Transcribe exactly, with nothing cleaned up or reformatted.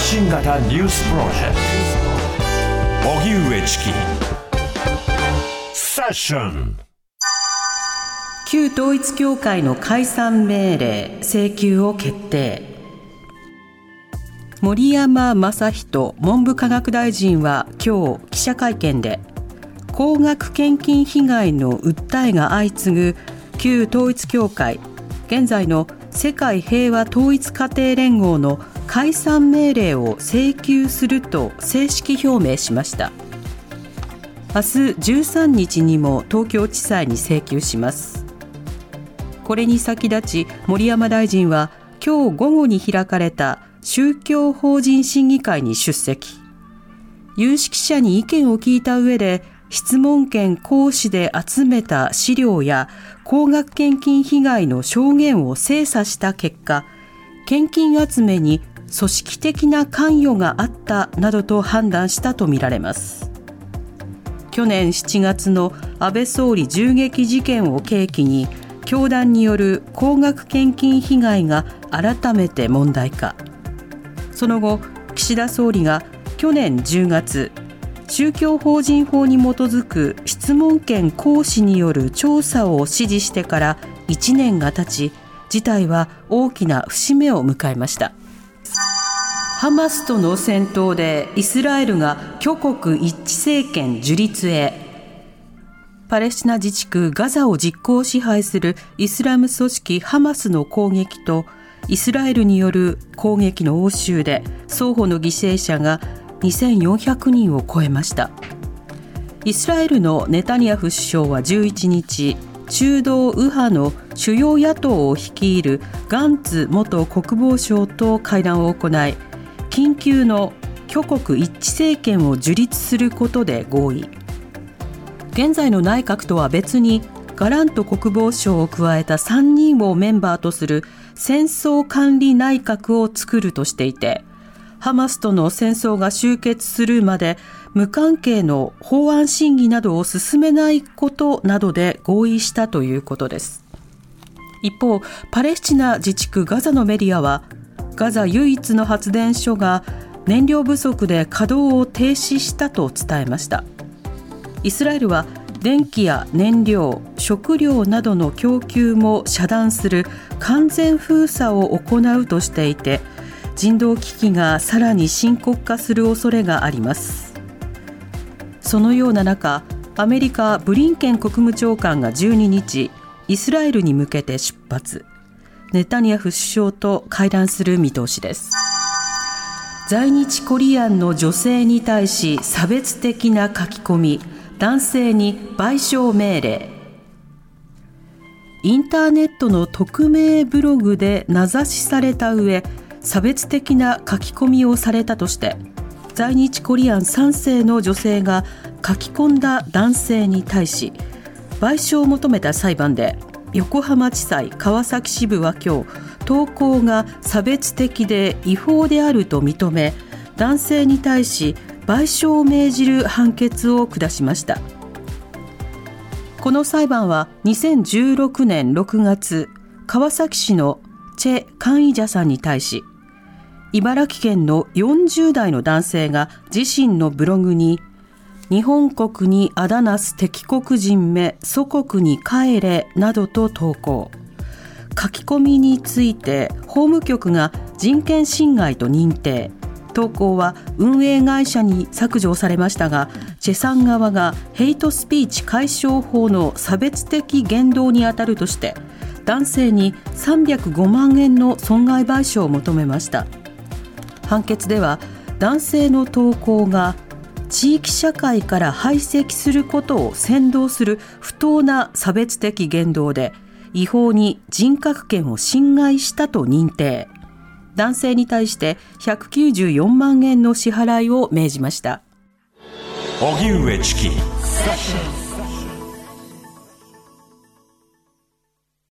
信型ニュースプロジェクト荻上チキセッション。 旧統一教会の解散命令請求を決定。森山正人文部科学大臣は今日記者会見で、高額献金被害の訴えが相次ぐ旧統一教会、現在の世界平和統一家庭連合の解散命令を請求すると正式表明しました。明日じゅうさんにちにも東京地裁に請求します。これに先立ち森山大臣は今日午後に開かれた宗教法人審議会に出席。有識者に意見を聞いた上で、質問権行使で集めた資料や高額献金被害の証言を精査した結果、献金集めに組織的な関与があったなどと判断したとみられます。去年しちがつの安倍総理銃撃事件を契機に、教団による高額献金被害が改めて問題化。その後、岸田総理が去年じゅうがつ、宗教法人法に基づく質問権行使による調査を指示してからいちねんが経ち、事態は大きな節目を迎えました。ハマスとの戦闘でイスラエルが挙国一致政権樹立へ。パレスチナ自治区ガザを実効支配するイスラム組織ハマスの攻撃とイスラエルによる攻撃の応酬で、双方の犠牲者がにせんよんひゃくにんを超えました。イスラエルのネタニヤフ首相はじゅういちにち、中道右派の主要野党を率いるガンツ元国防相と会談を行い、緊急の挙国一致政権を樹立することで合意。現在の内閣とは別にガラント国防相を加えたさんにんをメンバーとする戦争管理内閣を作るとしていて、ハマスとの戦争が終結するまで無関係の法案審議などを進めないことなどで合意したということです。一方、パレスチナ自治区ガザのメディアは、ガザ唯一の発電所が燃料不足で稼働を停止したと伝えました。イスラエルは電気や燃料、食料などの供給も遮断する完全封鎖を行うとしていて、人道危機がさらに深刻化する恐れがあります。そのような中、アメリカブリンケン国務長官がじゅうににち、イスラエルに向けて出発。ネタニヤフ首相と会談する見通しです。在日コリアンの女性に対し差別的な書き込み、男性に賠償命令。インターネットの匿名ブログで名指しされた上、差別的な書き込みをされたとして、在日コリアンさんせいの女性が書き込んだ男性に対し賠償を求めた裁判で、横浜地裁川崎支部は今日、投稿が差別的で違法であると認め、男性に対し賠償を命じる判決を下しました。この裁判はにせんじゅうろくねんろくがつ、川崎市のチェ・カンイジャさんに対し、茨城県のよんじゅうだいの男性が自身のブログに、日本国にあだなす敵国人め祖国に帰れなどと投稿。書き込みについて法務局が人権侵害と認定。投稿は運営会社に削除されましたが、チェさん側がヘイトスピーチ解消法の差別的言動にあたるとして、男性にさんびゃくごまんえんの損害賠償を求めました。判決では、男性の投稿が地域社会から排斥することを扇動する不当な差別的言動で、違法に人格権を侵害したと認定。男性に対してひゃくきゅうじゅうよんまんえんの支払いを命じました。 荻上チキ